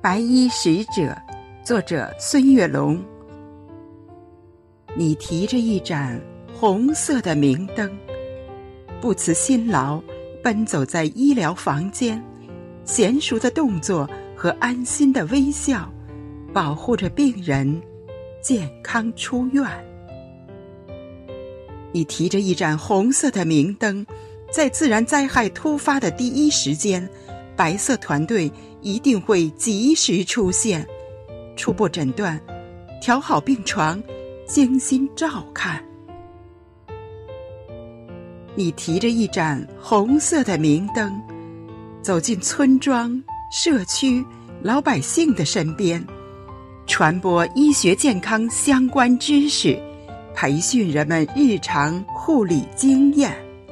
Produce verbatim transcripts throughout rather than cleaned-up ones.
白衣使者，作者孙月龙。你提着一盏红色的明灯，不辞辛劳奔走在医疗房间，娴熟的动作和安心的微笑，保护着病人健康出院。你提着一盏红色的明灯，在自然灾害突发的第一时间，白色团队一定会及时出现，初步诊断，调好病床，精心照看。你提着一盏红色的明灯，走进村庄、社区、老百姓的身边，传播医学健康相关知识，培训人们日常护理经验。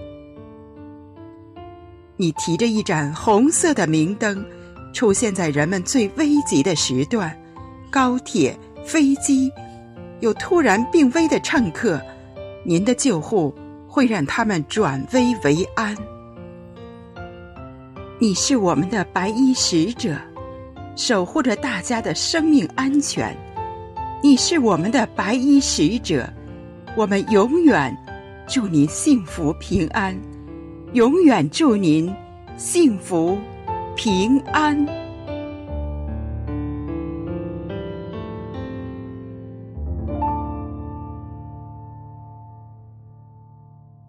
你提着一盏红色的明灯，出现在人们最危急的时段，高铁、飞机，有突然病危的乘客，您的救护会让他们转危为安。你是我们的白衣使者，守护着大家的生命安全。你是我们的白衣使者，我们永远祝您幸福平安，永远祝您幸福平安。